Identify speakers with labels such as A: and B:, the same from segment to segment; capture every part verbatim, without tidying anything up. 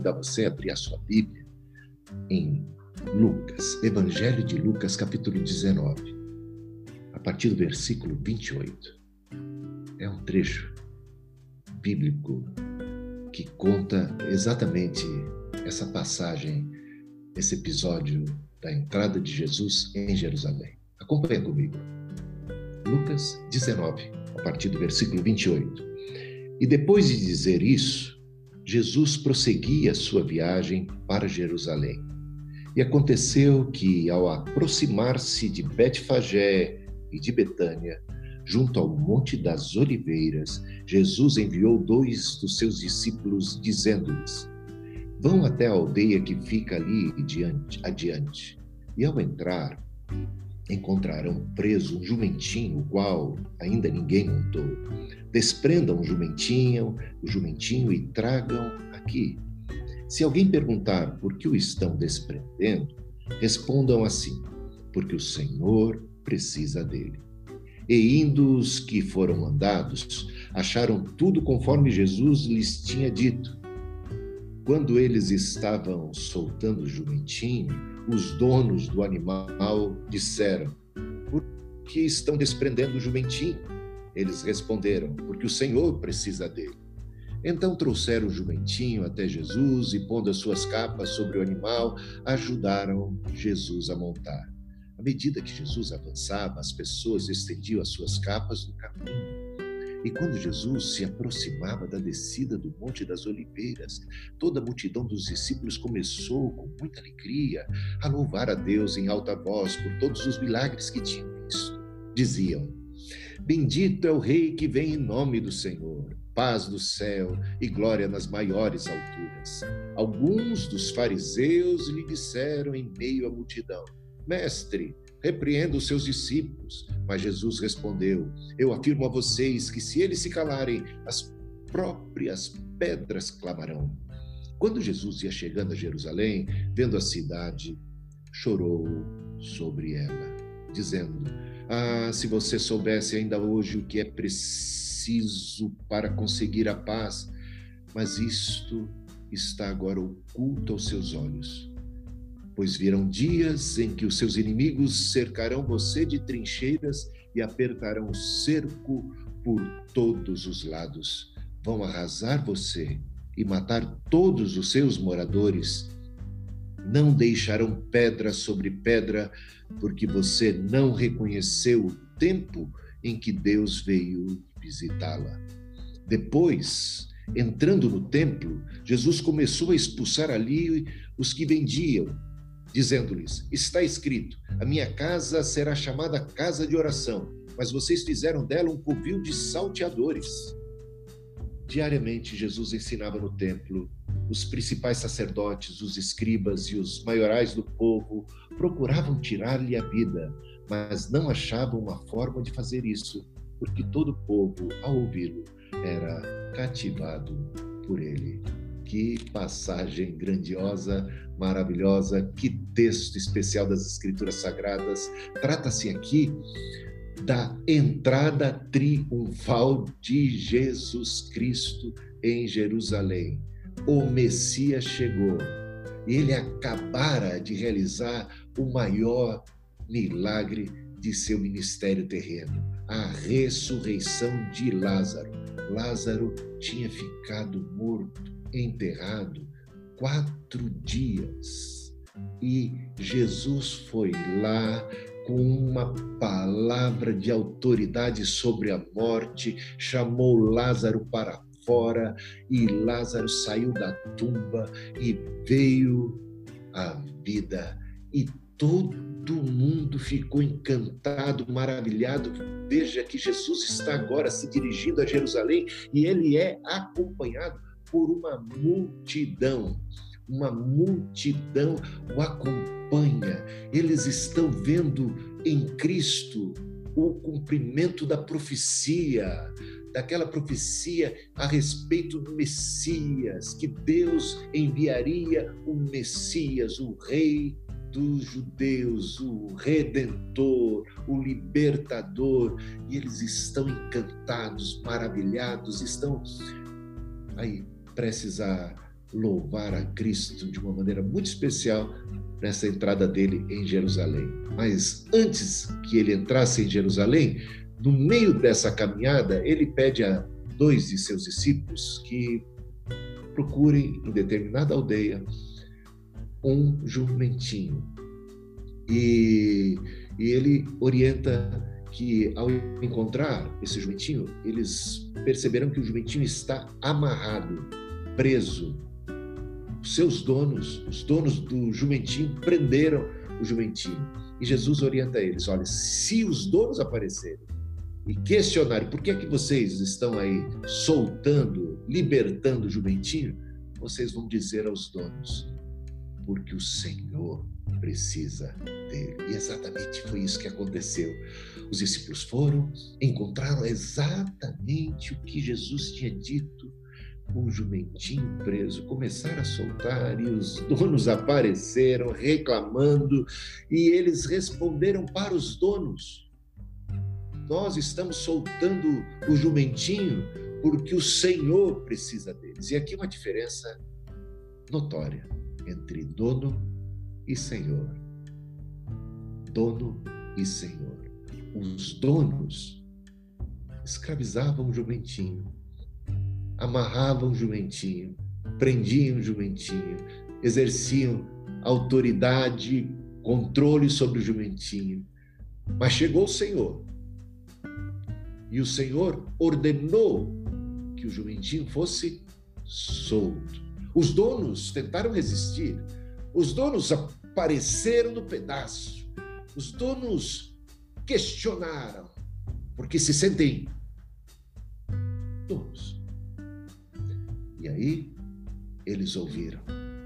A: convidar você a abrir a sua Bíblia em Lucas, Evangelho de Lucas, capítulo dezenove, a partir do versículo vinte e oito. É um trecho bíblico que conta exatamente essa passagem, esse episódio da entrada de Jesus em Jerusalém. Acompanha comigo. Lucas dezenove, a partir do versículo vinte e oito. E depois de dizer isso, Jesus prosseguia sua viagem para Jerusalém. E aconteceu que, ao aproximar-se de Betfagé e de Betânia, junto ao Monte das Oliveiras, Jesus enviou dois dos seus discípulos, dizendo-lhes: vão até a aldeia que fica ali adiante, adiante, e ao entrar, encontrarão preso um jumentinho, o qual ainda ninguém montou. Desprendam o jumentinho, o jumentinho e tragam aqui. Se alguém perguntar por que o estão desprendendo, respondam assim: porque o Senhor precisa dele. E indo os que foram mandados, acharam tudo conforme Jesus lhes tinha dito. Quando eles estavam soltando o jumentinho, os donos do animal disseram: por que estão desprendendo o jumentinho? Eles responderam: porque o Senhor precisa dele. Então trouxeram o jumentinho até Jesus e, pondo as suas capas sobre o animal, ajudaram Jesus a montar. À medida que Jesus avançava, as pessoas estendiam as suas capas no caminho. E quando Jesus se aproximava da descida do Monte das Oliveiras, toda a multidão dos discípulos começou, com muita alegria, a louvar a Deus em alta voz por todos os milagres que tinham visto. Diziam: bendito é o Rei que vem em nome do Senhor, paz no céu e glória nas maiores alturas. Alguns dos fariseus lhe disseram em meio à multidão: mestre, repreenda os seus discípulos. Mas Jesus respondeu: eu afirmo a vocês que se eles se calarem, as próprias pedras clamarão. Quando Jesus ia chegando a Jerusalém, vendo a cidade, chorou sobre ela, dizendo: ah, se você soubesse ainda hoje o que é preciso para conseguir a paz, mas isto está agora oculto aos seus olhos. Pois virão dias em que os seus inimigos cercarão você de trincheiras e apertarão o cerco por todos os lados. Vão arrasar você e matar todos os seus moradores. Não deixarão pedra sobre pedra, porque você não reconheceu o tempo em que Deus veio visitá-la. Depois, entrando no templo, Jesus começou a expulsar ali os que vendiam, dizendo-lhes: está escrito, a minha casa será chamada casa de oração, mas vocês fizeram dela um covil de salteadores. Diariamente Jesus ensinava no templo. Os principais sacerdotes, os escribas e os maiorais do povo procuravam tirar-lhe a vida, mas não achavam uma forma de fazer isso, porque todo o povo, ao ouvi-lo, era cativado por ele. Que passagem grandiosa, maravilhosa, que texto especial das Escrituras Sagradas. Trata-se aqui da entrada triunfal de Jesus Cristo em Jerusalém. O Messias chegou e ele acabara de realizar o maior milagre de seu ministério terreno, a ressurreição de Lázaro. Lázaro tinha ficado morto, enterrado, quatro dias. E Jesus foi lá com uma palavra de autoridade sobre a morte, chamou Lázaro para fora e Lázaro saiu da tumba e veio à vida. E todo mundo ficou encantado, maravilhado. Veja que Jesus está agora se dirigindo a Jerusalém e ele é acompanhado por uma multidão. Uma multidão o acompanha. Eles estão vendo em Cristo o cumprimento da profecia, daquela profecia a respeito do Messias, que Deus enviaria o Messias, o Rei dos judeus, o Redentor, o Libertador. E eles estão encantados, maravilhados, estão aí prestes a louvar a Cristo de uma maneira muito especial nessa entrada dele em Jerusalém. Mas antes que ele entrasse em Jerusalém, no meio dessa caminhada, ele pede a dois de seus discípulos que procurem em determinada aldeia um jumentinho. E, e ele orienta que, ao encontrar esse jumentinho, eles perceberam que o jumentinho está amarrado, preso. Os seus donos, os donos do jumentinho, prenderam o jumentinho. E Jesus orienta eles: olha, se os donos aparecerem e questionarem por que é que vocês estão aí soltando, libertando o jumentinho, vocês vão dizer aos donos: porque o Senhor precisa dele. E exatamente foi isso que aconteceu. Os discípulos foram, encontraram exatamente o que Jesus tinha dito, um jumentinho preso, começaram a soltar, e os donos apareceram reclamando, e eles responderam para os donos: nós estamos soltando o jumentinho porque o Senhor precisa deles. E aqui uma diferença notória entre dono e senhor. Dono e senhor. Os donos escravizavam o jumentinho, amarravam o jumentinho, prendiam o jumentinho, exerciam autoridade, controle sobre o jumentinho. Mas chegou o Senhor, e o Senhor ordenou que o jumentinho fosse solto. Os donos tentaram resistir, os donos apareceram no pedaço, os donos questionaram, porque se sentem donos. E aí eles ouviram: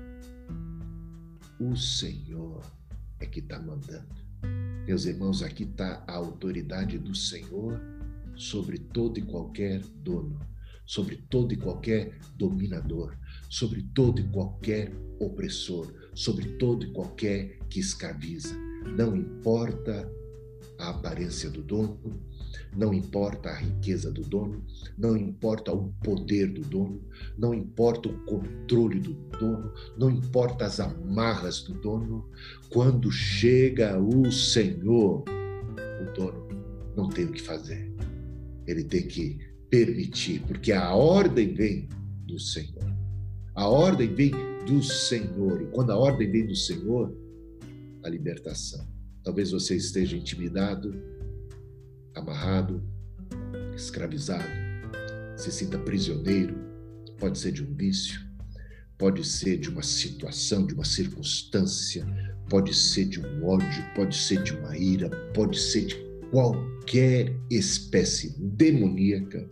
A: o Senhor é que está mandando. Meus irmãos, aqui está a autoridade do Senhor sobre todo e qualquer dono, sobre todo e qualquer dominador, sobre todo e qualquer opressor, sobre todo e qualquer que escraviza. Não importa a aparência do dono, não importa a riqueza do dono, não importa o poder do dono, não importa o controle do dono, não importa as amarras do dono. Quando chega o Senhor, o dono não tem o que fazer. Ele tem que permitir, porque a ordem vem do Senhor. A ordem vem do Senhor. E quando a ordem vem do Senhor, a libertação. Talvez você esteja intimidado, amarrado, escravizado, se sinta prisioneiro. Pode ser de um vício, pode ser de uma situação, de uma circunstância, pode ser de um ódio, pode ser de uma ira, pode ser de qualquer espécie demoníaca,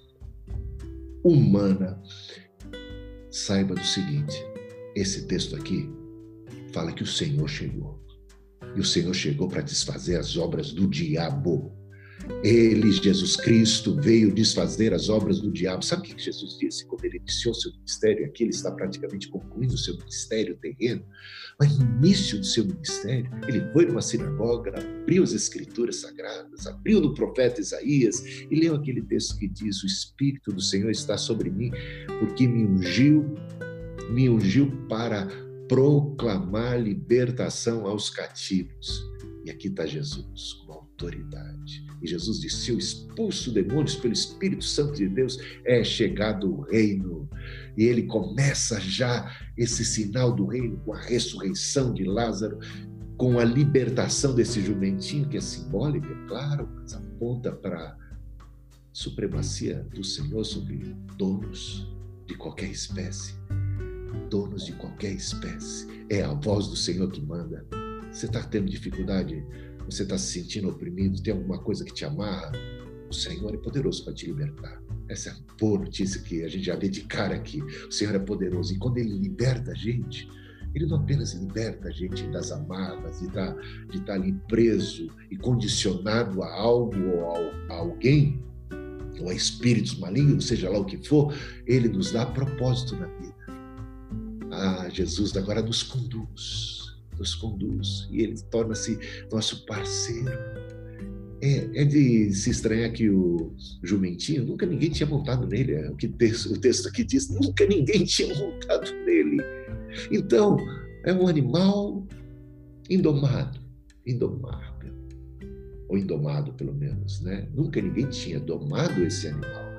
A: humana. Saiba do seguinte: esse texto aqui fala que o Senhor chegou. E o Senhor chegou para desfazer as obras do diabo. Ele, Jesus Cristo, veio desfazer as obras do diabo. Sabe o que Jesus disse quando ele iniciou seu ministério? Aqui ele está praticamente concluindo o seu ministério terreno. Mas no início do seu ministério, ele foi numa sinagoga, abriu as escrituras sagradas, abriu no profeta Isaías e leu aquele texto que diz: o Espírito do Senhor está sobre mim, porque me ungiu, me ungiu para proclamar libertação aos cativos. E aqui está Jesus com autoridade. E Jesus disse: se eu expulso demônios pelo Espírito Santo de Deus, é chegado o reino. E ele começa já esse sinal do reino com a ressurreição de Lázaro, com a libertação desse jumentinho, que é simbólica, é claro, mas aponta para a supremacia do Senhor sobre donos de qualquer espécie. Donos de qualquer espécie. É a voz do Senhor que manda. Você está tendo dificuldade? Você está se sentindo oprimido? Tem alguma coisa que te amarra? O Senhor é poderoso para te libertar. Essa é a boa notícia que a gente já vê de cara aqui. O Senhor é poderoso. E quando Ele liberta a gente, Ele não apenas liberta a gente das amarras, de estar, de estar ali preso e condicionado a algo ou a alguém, ou a espíritos malignos, seja lá o que for. Ele nos dá propósito na vida. Ah, Jesus agora nos conduz, nos conduz, e Ele torna-se nosso parceiro. É, é de se estranhar que o jumentinho, nunca ninguém tinha montado nele. É o que texto, o texto aqui diz, nunca ninguém tinha montado nele. Então, é um animal indomado, indomável, ou indomado pelo menos, né? Nunca ninguém tinha domado esse animal.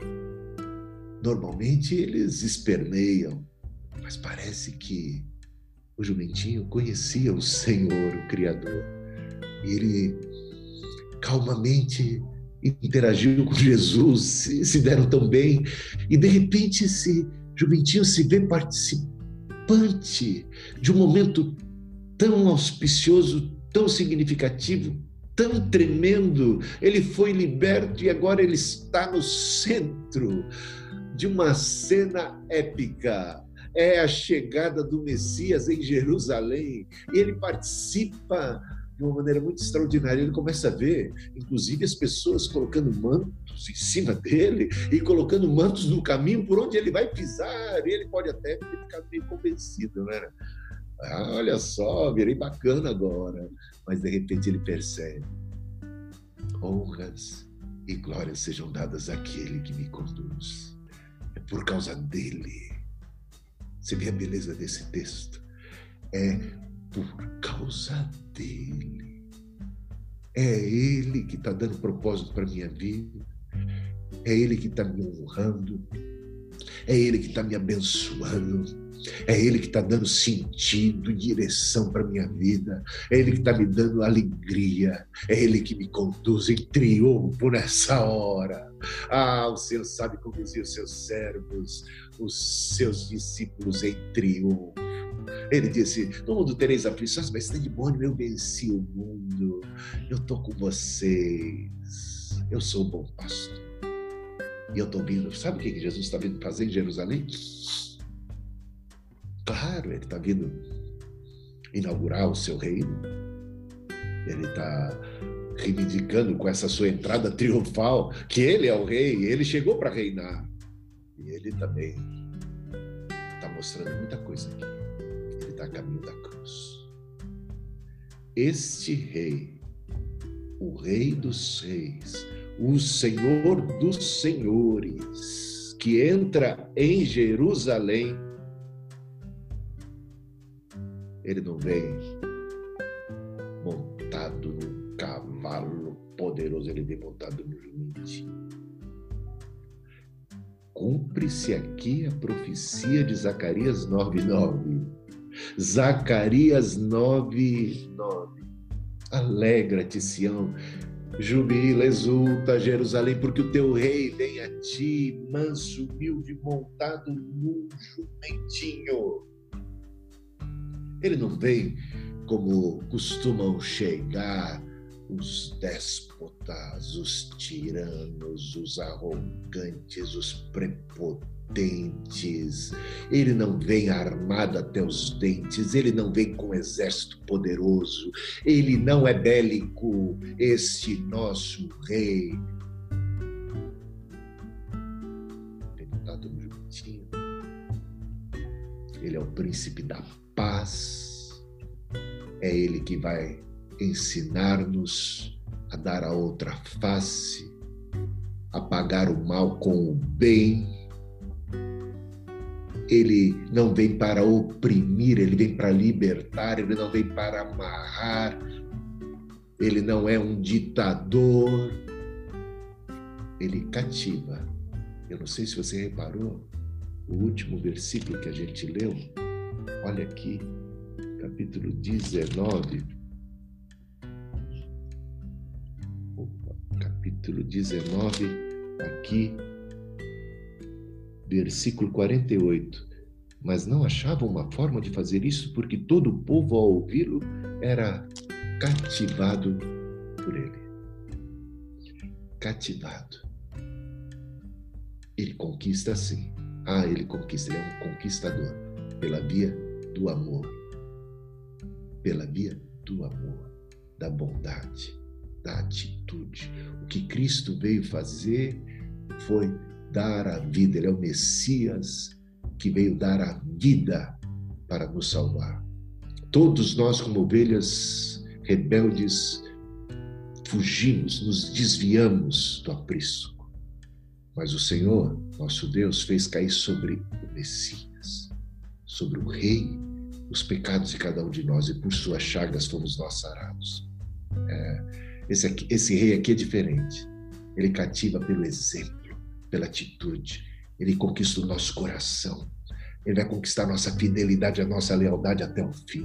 A: Normalmente eles esperneiam, mas parece que o jumentinho conhecia o Senhor, o Criador. E ele calmamente interagiu com Jesus, se, se deram tão bem. E de repente esse jumentinho se vê participante de um momento tão auspicioso, tão significativo, tão tremendo. Ele foi liberto e agora ele está no centro de uma cena épica. É a chegada do Messias em Jerusalém e ele participa de uma maneira muito extraordinária. Ele começa a ver, inclusive, as pessoas colocando mantos em cima dele e colocando mantos no caminho por onde ele vai pisar. E ele pode até ter ficado meio convencido, né? Ah, olha só, virei bacana agora. Mas, de repente, ele percebe: honras e glórias sejam dadas àquele que me conduz. É por causa dele. Você vê a beleza desse texto? É por causa dele. É ele que está dando propósito para a minha vida. É ele que está me honrando. É ele que está me abençoando. É ele que está dando sentido e direção para a minha vida. É ele que está me dando alegria. É ele que me conduz em triunfo nessa hora. Ah, o Senhor sabe conduzir os seus servos, os seus discípulos em triunfo. Ele disse: no mundo tereis aflições, mas tem de bom ânimo, eu venci o mundo. Eu estou com vocês. Eu sou o bom pastor. E eu estou vindo. Sabe o que Jesus está vindo fazer em Jerusalém? Claro, ele está vindo inaugurar o seu reino. Ele está reivindicando com essa sua entrada triunfal que ele é o rei, ele chegou para reinar. E ele também está mostrando muita coisa aqui. Ele está a caminho da cruz. Este rei, o rei dos reis, o Senhor dos senhores, que entra em Jerusalém, ele não vem montado num cavalo poderoso, ele vem montado no jumentinho. Cumpre-se aqui a profecia de Zacarias nove, nove. Zacarias nove, nove. Alegra-te, Sião, jubila, exulta, Jerusalém, porque o teu rei vem a ti, manso, humilde, montado num jumentinho. Ele não vem como costumam chegar os déspotas, os tiranos, os arrogantes, os prepotentes. Ele não vem armado até os dentes, ele não vem com um exército poderoso, ele não é bélico. Este nosso rei tem montado no jumentinho. Ele é o príncipe da paz. É ele que vai ensinar-nos a dar a outra face, a pagar o mal com o bem. Ele não vem para oprimir, ele vem para libertar, ele não vem para amarrar, ele não é um ditador, ele cativa. Eu não sei se você reparou, o último versículo que a gente leu, olha aqui, capítulo dezenove, Opa, capítulo dezenove, aqui, versículo quarenta e oito. Mas não achavam uma forma de fazer isso, porque todo o povo, ao ouvi-lo, era cativado por ele. Cativado. Ele conquista sim. Ah, ele conquista, ele é um conquistador, pela via do amor. Pela via do amor, da bondade, da atitude. O que Cristo veio fazer foi dar a vida. Ele é o Messias que veio dar a vida para nos salvar. Todos nós, como ovelhas rebeldes, fugimos, nos desviamos do aprisco. Mas o Senhor, nosso Deus, fez cair sobre o Messias, sobre o Rei, os pecados de cada um de nós, e por suas chagas fomos nós sarados. É, esse, aqui, esse Rei aqui é diferente. Ele cativa pelo exemplo, pela atitude. Ele conquista o nosso coração. Ele vai conquistar a nossa fidelidade, a nossa lealdade até o fim.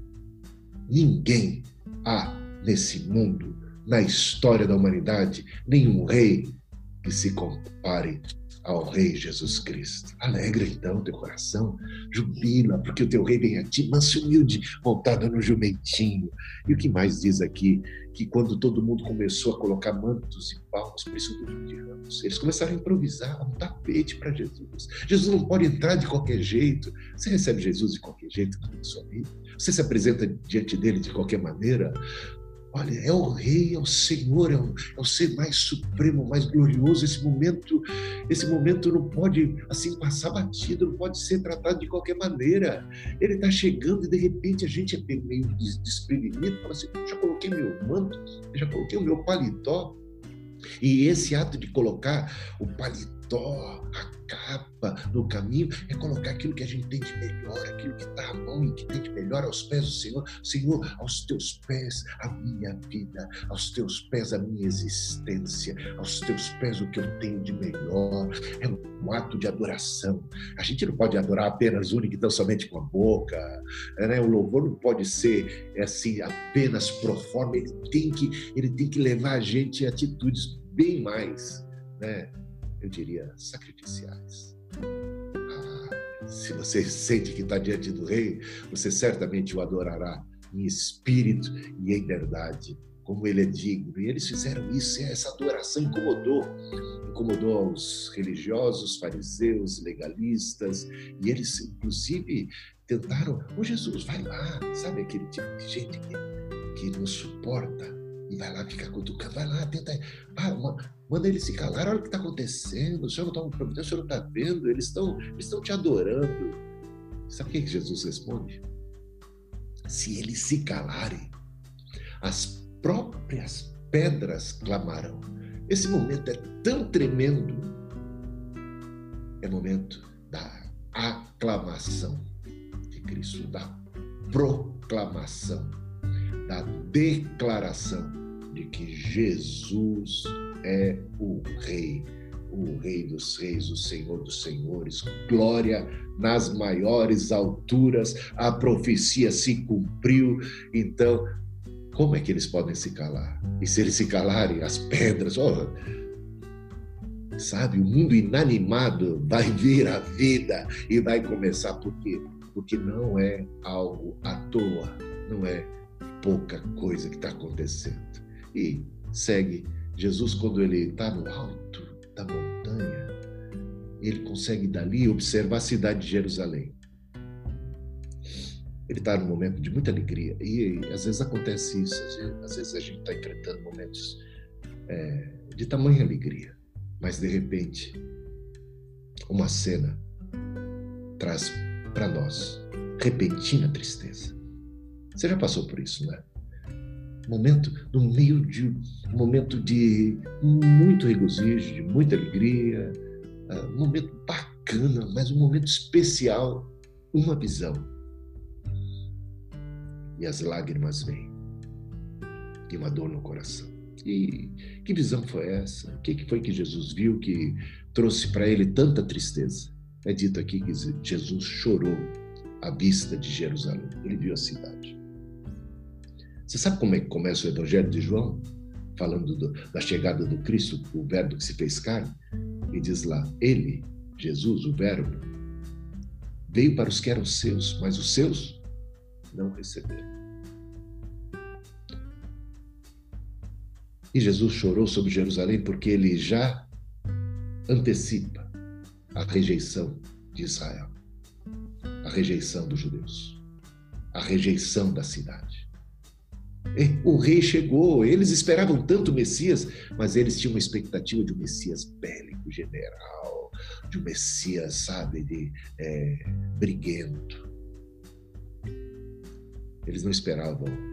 A: Ninguém há nesse mundo, na história da humanidade, nenhum rei que se compare ao Rei Jesus Cristo. Alegra então teu coração, jubila, porque o teu rei vem a ti, manso e humilde, montado no jumentinho. E o que mais diz aqui? Que quando todo mundo começou a colocar mantos e palmas para esse livro de ramos, eles começaram a improvisar um tapete para Jesus. Jesus não pode entrar de qualquer jeito. Você recebe Jesus de qualquer jeito na sua vida? Você se apresenta diante dele de qualquer maneira? Olha, é o Rei, é o Senhor, é o, é o ser mais supremo, mais glorioso. Esse momento, esse momento não pode assim passar batido, não pode ser tratado de qualquer maneira. Ele está chegando e de repente a gente é meio desprevenido, fala assim, já coloquei meu manto, já coloquei o meu paletó. E esse ato de colocar o paletó, a capa no caminho, é colocar aquilo que a gente tem de melhor, aquilo que está à mão e que tem de melhor aos pés do Senhor. Senhor, aos teus pés a minha vida, aos teus pés a minha existência, aos teus pés o que eu tenho de melhor. É um ato de adoração. A gente não pode adorar apenas única e tão somente com a boca, né? O louvor não pode ser assim, apenas pro forma, ele tem que, ele tem que levar a gente a atitudes bem mais, né? Eu diria, sacrificiais. Ah, se você sente que está diante do Rei, você certamente o adorará em espírito e em verdade, como ele é digno. E eles fizeram isso, e essa adoração incomodou. Incomodou aos religiosos, fariseus, legalistas, e eles, inclusive, tentaram, ô Jesus, vai lá, sabe aquele tipo de gente que, que não suporta, e vai lá ficar cutucando, vai lá, tenta, ah, manda eles se calar, olha o que está acontecendo, o Senhor não está providendo, o Senhor não está vendo, eles estão eles estão te adorando. Sabe o que Jesus responde? Se eles se calarem, as próprias pedras clamarão. Esse momento é tão tremendo, é momento da aclamação de Cristo, da proclamação, da declaração de que Jesus é o Rei, o Rei dos Reis, o Senhor dos Senhores. Glória nas maiores alturas, a profecia se cumpriu. Então, como é que eles podem se calar? E se eles se calarem, as pedras, oh, sabe, o mundo inanimado vai vir à vida e vai começar. Por quê? Porque não é algo à toa, não é pouca coisa que está acontecendo. E segue, Jesus, quando ele está no alto da montanha, ele consegue dali observar a cidade de Jerusalém. Ele está num momento de muita alegria, e às vezes acontece isso, às vezes, às vezes a gente está enfrentando momentos é, de tamanha alegria, mas de repente uma cena traz para nós repentina tristeza. Você já passou por isso, né? Momento, no meio de um momento de muito regozijo, de muita alegria, um momento bacana, mas um momento especial, uma visão. E as lágrimas vêm, e uma dor no coração. E que visão foi essa? O que foi que Jesus viu que trouxe para ele tanta tristeza? É dito aqui que Jesus chorou à vista de Jerusalém. Ele viu a cidade. Você sabe como é que começa o Evangelho de João? Falando do, da chegada do Cristo, o verbo que se fez carne. E diz lá, ele, Jesus, o verbo, veio para os que eram seus, mas os seus não receberam. E Jesus chorou sobre Jerusalém porque ele já antecipa a rejeição de Israel, a rejeição dos judeus, a rejeição da cidade. O rei chegou, eles esperavam tanto o Messias, mas eles tinham uma expectativa de um Messias bélico, general, de um Messias, sabe, de é, briguento. Eles não esperavam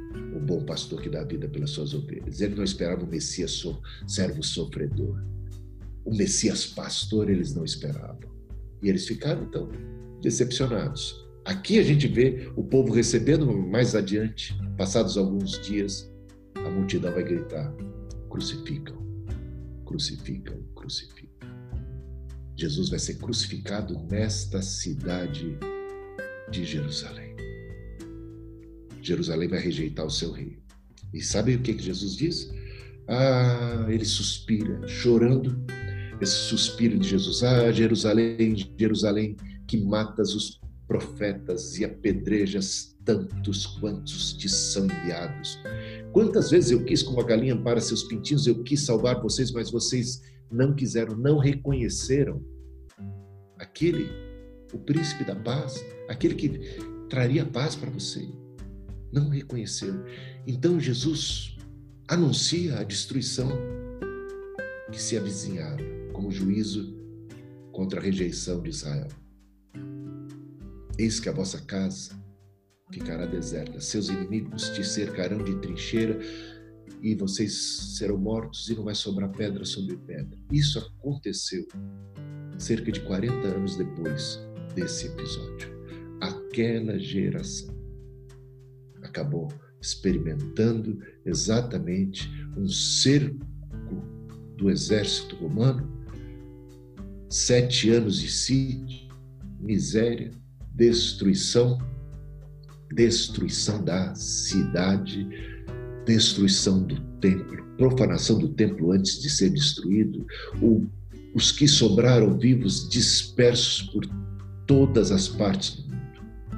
A: o bom pastor que dá a vida pelas suas ovelhas. Ele não esperava o Messias so, servo sofredor. O Messias pastor eles não esperavam. E eles ficaram, então, decepcionados. Aqui a gente vê o povo recebendo mais adiante, passados alguns dias, a multidão vai gritar: crucificam, crucificam, crucificam. Jesus vai ser crucificado nesta cidade de Jerusalém. Jerusalém vai rejeitar o seu rei. E sabe o que que Jesus diz? Ah, ele suspira, chorando, esse suspiro de Jesus: ah, Jerusalém, Jerusalém, que matas os profetas e apedrejas tantos quantos te são enviados. Quantas vezes eu quis, como a galinha para seus pintinhos, eu quis salvar vocês, mas vocês não quiseram, não reconheceram aquele, o príncipe da paz, aquele que traria paz para você. Não reconheceram. Então Jesus anuncia a destruição que se avizinhava como juízo contra a rejeição de Israel. Eis que a vossa casa ficará deserta, seus inimigos te cercarão de trincheira e vocês serão mortos e não vai sobrar pedra sobre pedra. Isso aconteceu cerca de quarenta anos depois desse episódio. Aquela geração acabou experimentando exatamente um cerco do exército romano, sete anos de sítio, miséria, destruição, destruição da cidade, destruição do templo, profanação do templo antes de ser destruído, o, os que sobraram vivos dispersos por todas as partes do mundo.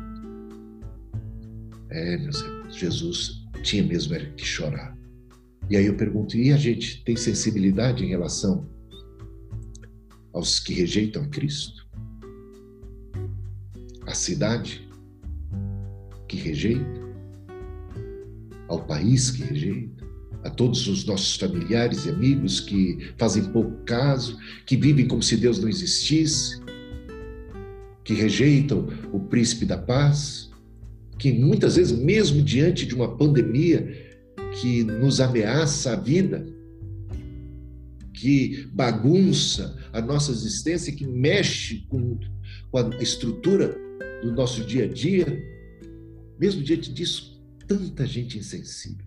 A: É, meus irmãos, Jesus tinha mesmo que chorar. E aí eu pergunto, e a gente tem sensibilidade em relação aos que rejeitam Cristo? A cidade que rejeita, ao país que rejeita, a todos os nossos familiares e amigos que fazem pouco caso, que vivem como se Deus não existisse, que rejeitam o príncipe da paz, que muitas vezes, mesmo diante de uma pandemia que nos ameaça a vida, que bagunça a nossa existência, que mexe com, com a estrutura do nosso dia a dia, mesmo diante disso, tanta gente insensível,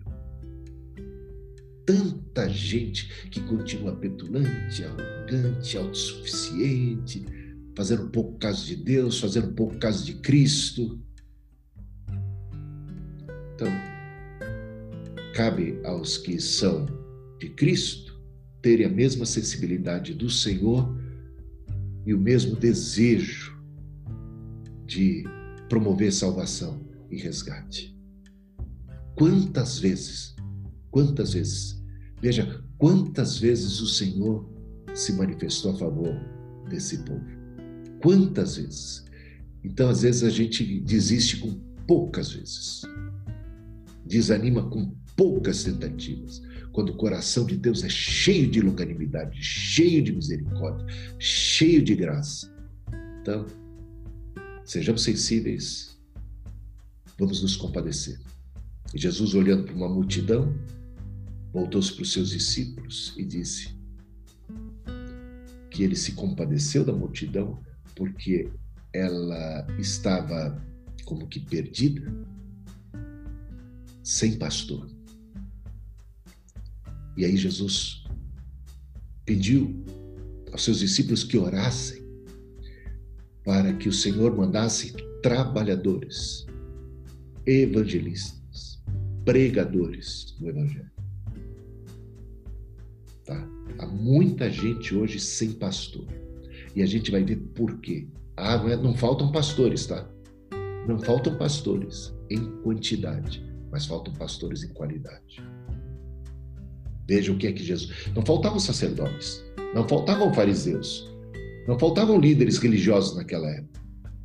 A: tanta gente que continua petulante, arrogante, autossuficiente, fazendo pouco caso de Deus, fazendo pouco caso de Cristo. Então, cabe aos que são de Cristo terem a mesma sensibilidade do Senhor e o mesmo desejo de promover salvação e resgate. Quantas vezes, quantas vezes, veja, quantas vezes o Senhor se manifestou a favor desse povo. Quantas vezes. Então, às vezes, a gente desiste com poucas vezes. Desanima com poucas tentativas. Quando o coração de Deus é cheio de longanimidade, cheio de misericórdia, cheio de graça. Então, sejamos sensíveis, vamos nos compadecer. E Jesus, olhando para uma multidão, voltou-se para os seus discípulos e disse que ele se compadeceu da multidão porque ela estava como que perdida, sem pastor. E aí Jesus pediu aos seus discípulos que orassem para que o Senhor mandasse trabalhadores, evangelistas, pregadores do Evangelho. Tá? Há muita gente hoje sem pastor. E a gente vai ver por quê. Ah, não, é, não faltam pastores, tá? Não faltam pastores em quantidade, mas faltam pastores em qualidade. Veja o que é que Jesus... Não faltavam sacerdotes, não faltavam fariseus, não faltavam líderes religiosos naquela época.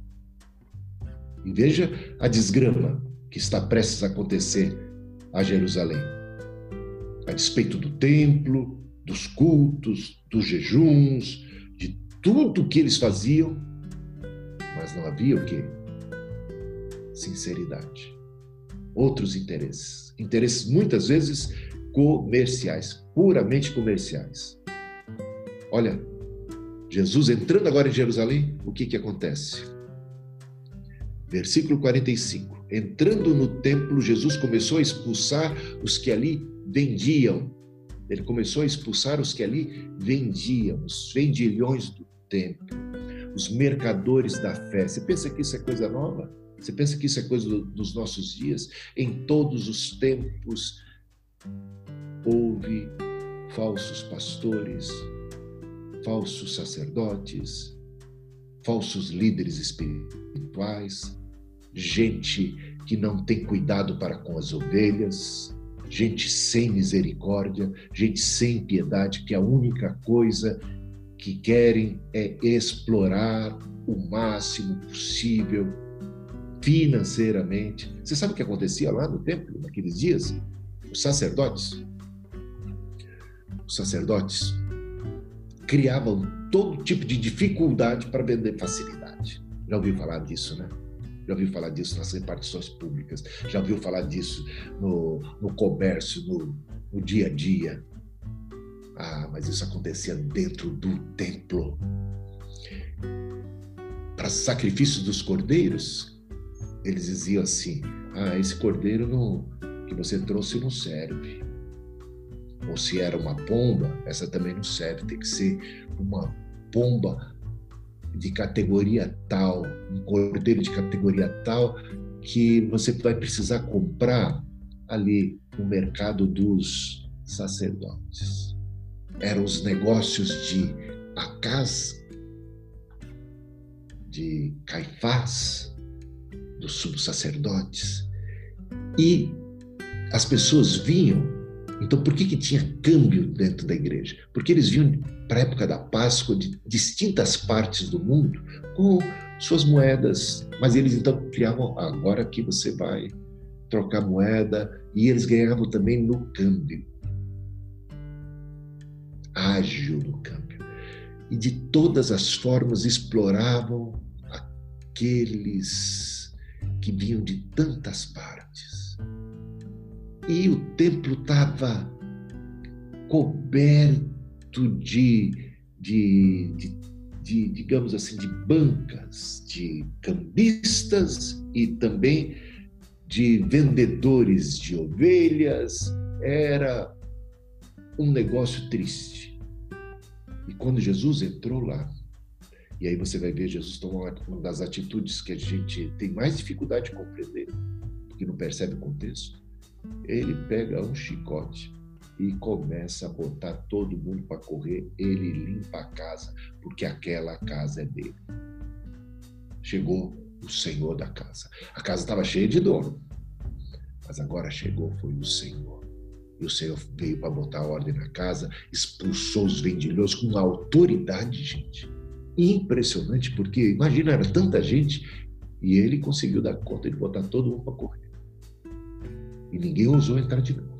A: E veja a desgrama que está prestes a acontecer a Jerusalém. A despeito do templo, dos cultos, dos jejuns, de tudo que eles faziam, mas não havia o quê? Sinceridade. Outros interesses. Interesses muitas vezes comerciais, puramente comerciais. Olha, Jesus entrando agora em Jerusalém, o que que acontece? Versículo quarenta e cinco. Entrando no templo, Jesus começou a expulsar os que ali vendiam. Ele começou a expulsar os que ali vendiam, os vendilhões do templo, os mercadores da fé. Você pensa que isso é coisa nova? Você pensa que isso é coisa do, dos nossos dias? Em todos os tempos houve falsos pastores, falsos sacerdotes, falsos líderes espirituais, gente que não tem cuidado para com as ovelhas, gente sem misericórdia, gente sem piedade, que a única coisa que querem é explorar o máximo possível financeiramente. Você sabe o que acontecia lá no templo naqueles dias? Os sacerdotes, os sacerdotes criavam todo tipo de dificuldade para vender facilidade. Já ouviu falar disso, né? Já ouviu falar disso nas repartições públicas, já ouviu falar disso no, no comércio, no, no dia a dia. Ah, mas isso acontecia dentro do templo. Para sacrifício dos cordeiros, eles diziam assim: ah, esse cordeiro não, que você trouxe não serve. Ou se era uma pomba, essa também não serve, tem que ser uma pomba de categoria tal, um cordeiro de categoria tal, que você vai precisar comprar ali no mercado dos sacerdotes. Eram os negócios de Acás, de Caifás, dos subsacerdotes. E as pessoas vinham. Então, por que que tinha câmbio dentro da igreja? Porque eles vinham para a época da Páscoa de distintas partes do mundo com suas moedas, mas eles então criavam, agora aqui você vai trocar moeda, e eles ganhavam também no câmbio. Ágil no câmbio. E de todas as formas exploravam aqueles que vinham de tantas partes. E o templo estava coberto de, de, de, de, digamos assim, de bancas, de cambistas e também de vendedores de ovelhas. Era um negócio triste. E quando Jesus entrou lá, e aí você vai ver Jesus tomar uma das atitudes que a gente tem mais dificuldade de compreender, porque não percebe o contexto. Ele pega um chicote e começa a botar todo mundo para correr. Ele limpa a casa, porque aquela casa é dele. Chegou o Senhor da casa. A casa estava cheia de dono, mas agora chegou, foi o Senhor. E o Senhor veio para botar ordem na casa, expulsou os vendilhões com autoridade, gente. Impressionante, porque imagina, era tanta gente, e ele conseguiu dar conta de botar todo mundo para correr. E ninguém ousou entrar de novo.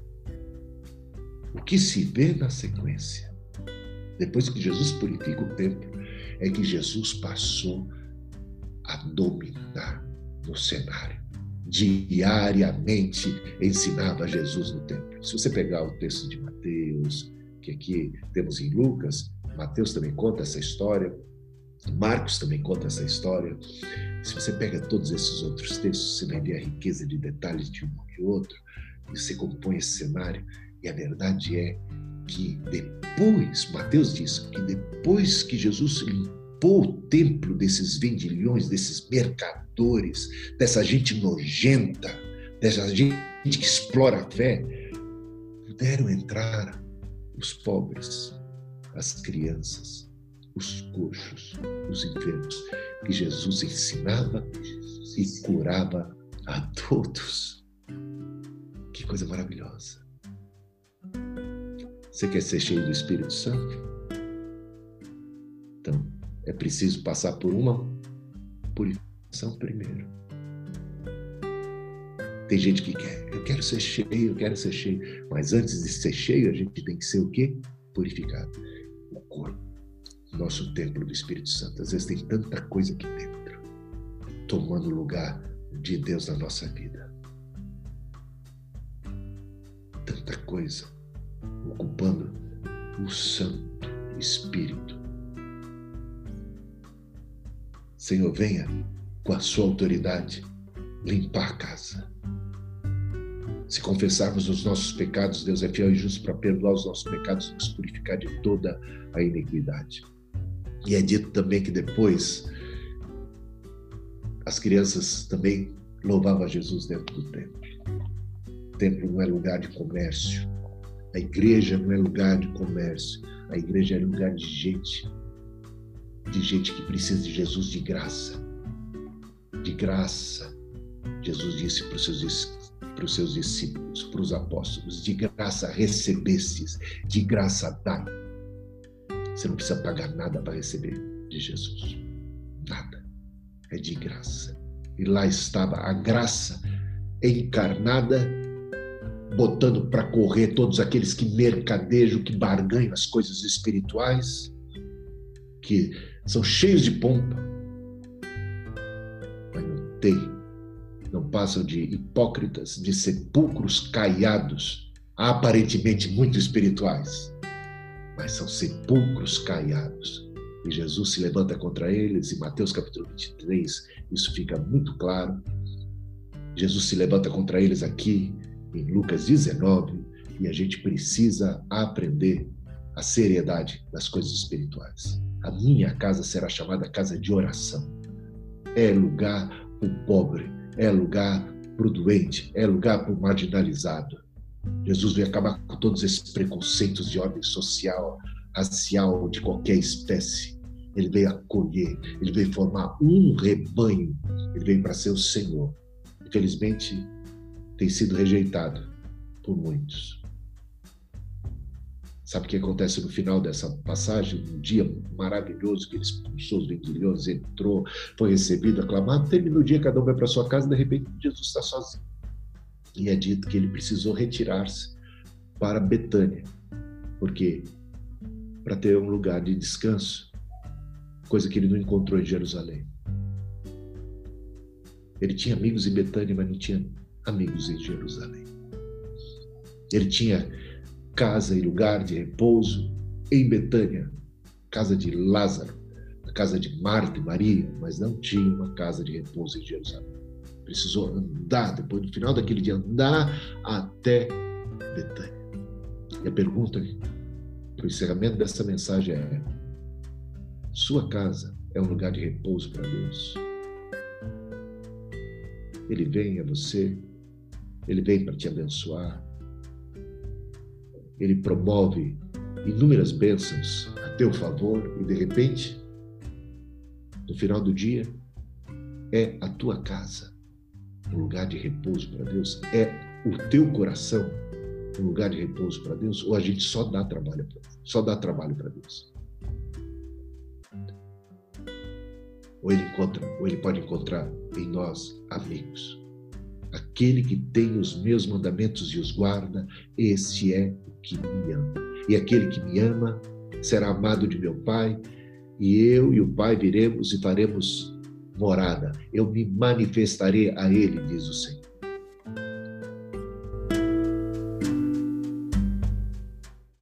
A: O que se vê na sequência, depois que Jesus purifica o templo, é que Jesus passou a dominar no cenário. Diariamente ensinava Jesus no templo. Se você pegar o texto de Mateus, que aqui temos em Lucas, Mateus também conta essa história, Marcos também conta essa história. Se você pega todos esses outros textos, você vai ver a riqueza de detalhes de um e outro, e você compõe esse cenário. E a verdade é que depois, Mateus diz que depois que Jesus limpou o templo desses vendilhões, desses mercadores, dessa gente nojenta, dessa gente que explora a fé, puderam entrar os pobres, as crianças, os coxos, os enfermos, que Jesus ensinava e curava a todos. Que coisa maravilhosa. Você quer ser cheio do Espírito Santo? Então, é preciso passar por uma purificação primeiro. Tem gente que quer, eu quero ser cheio, eu quero ser cheio. Mas antes de ser cheio, a gente tem que ser o quê? Purificado. O corpo, nosso templo do Espírito Santo. Às vezes tem tanta coisa aqui dentro, tomando lugar de Deus na nossa vida. coisa, ocupando o Santo Espírito. Senhor, venha com a sua autoridade limpar a casa. Se confessarmos os nossos pecados, Deus é fiel e justo para perdoar os nossos pecados e nos purificar de toda a iniquidade. E é dito também que depois as crianças também louvavam a Jesus dentro do templo. O templo não é lugar de comércio. A igreja não é lugar de comércio. A igreja é lugar de gente, de gente que precisa de Jesus de graça. De graça. Jesus disse para os seus, para os seus discípulos, para os apóstolos, de graça recebestes, de graça dai. Você não precisa pagar nada para receber de Jesus. Nada. É de graça. E lá estava a graça encarnada, botando para correr todos aqueles que mercadejam, que barganham as coisas espirituais, que são cheios de pompa, mas não tem, não passam de hipócritas, de sepulcros caiados, aparentemente muito espirituais, mas são sepulcros caiados. E Jesus se levanta contra eles, em Mateus capítulo vinte e três, isso fica muito claro. Jesus se levanta contra eles aqui, em Lucas dezenove, e a gente precisa aprender a seriedade das coisas espirituais. A minha casa será chamada casa de oração. É lugar para o pobre, é lugar para o doente, é lugar para o marginalizado. Jesus veio acabar com todos esses preconceitos de ordem social, racial, de qualquer espécie. Ele veio acolher, ele veio formar um rebanho, ele veio para ser o Senhor. Infelizmente, tem sido rejeitado por muitos. Sabe o que acontece no final dessa passagem? Um dia maravilhoso que ele expulsou os vendilhões, entrou, foi recebido, aclamado, termina o dia, cada um vai para sua casa, de repente Jesus está sozinho. E é dito que ele precisou retirar-se para Betânia, porque para ter um lugar de descanso, coisa que ele não encontrou em Jerusalém. Ele tinha amigos em Betânia, mas não tinha amigos em Jerusalém. Ele tinha casa e lugar de repouso em Betânia, casa de Lázaro, a casa de Marta e Maria, mas não tinha uma casa de repouso em Jerusalém. Precisou andar, depois do final daquele dia, andar até Betânia. E a pergunta para o encerramento dessa mensagem é: sua casa é um lugar de repouso para Deus? Ele vem a você, ele vem para te abençoar, ele promove inúmeras bênçãos a teu favor e de repente, no final do dia, é a tua casa um lugar de repouso para Deus? É o teu coração um lugar de repouso para Deus? Ou a gente só dá trabalho para Deus? Só dá trabalho para Deus? Ou ele encontra, ou ele pode encontrar em nós amigos. Aquele que tem os meus mandamentos e os guarda, esse é o que me ama. E aquele que me ama será amado de meu Pai, e eu e o Pai viremos e faremos morada. Eu me manifestarei a ele, diz o Senhor.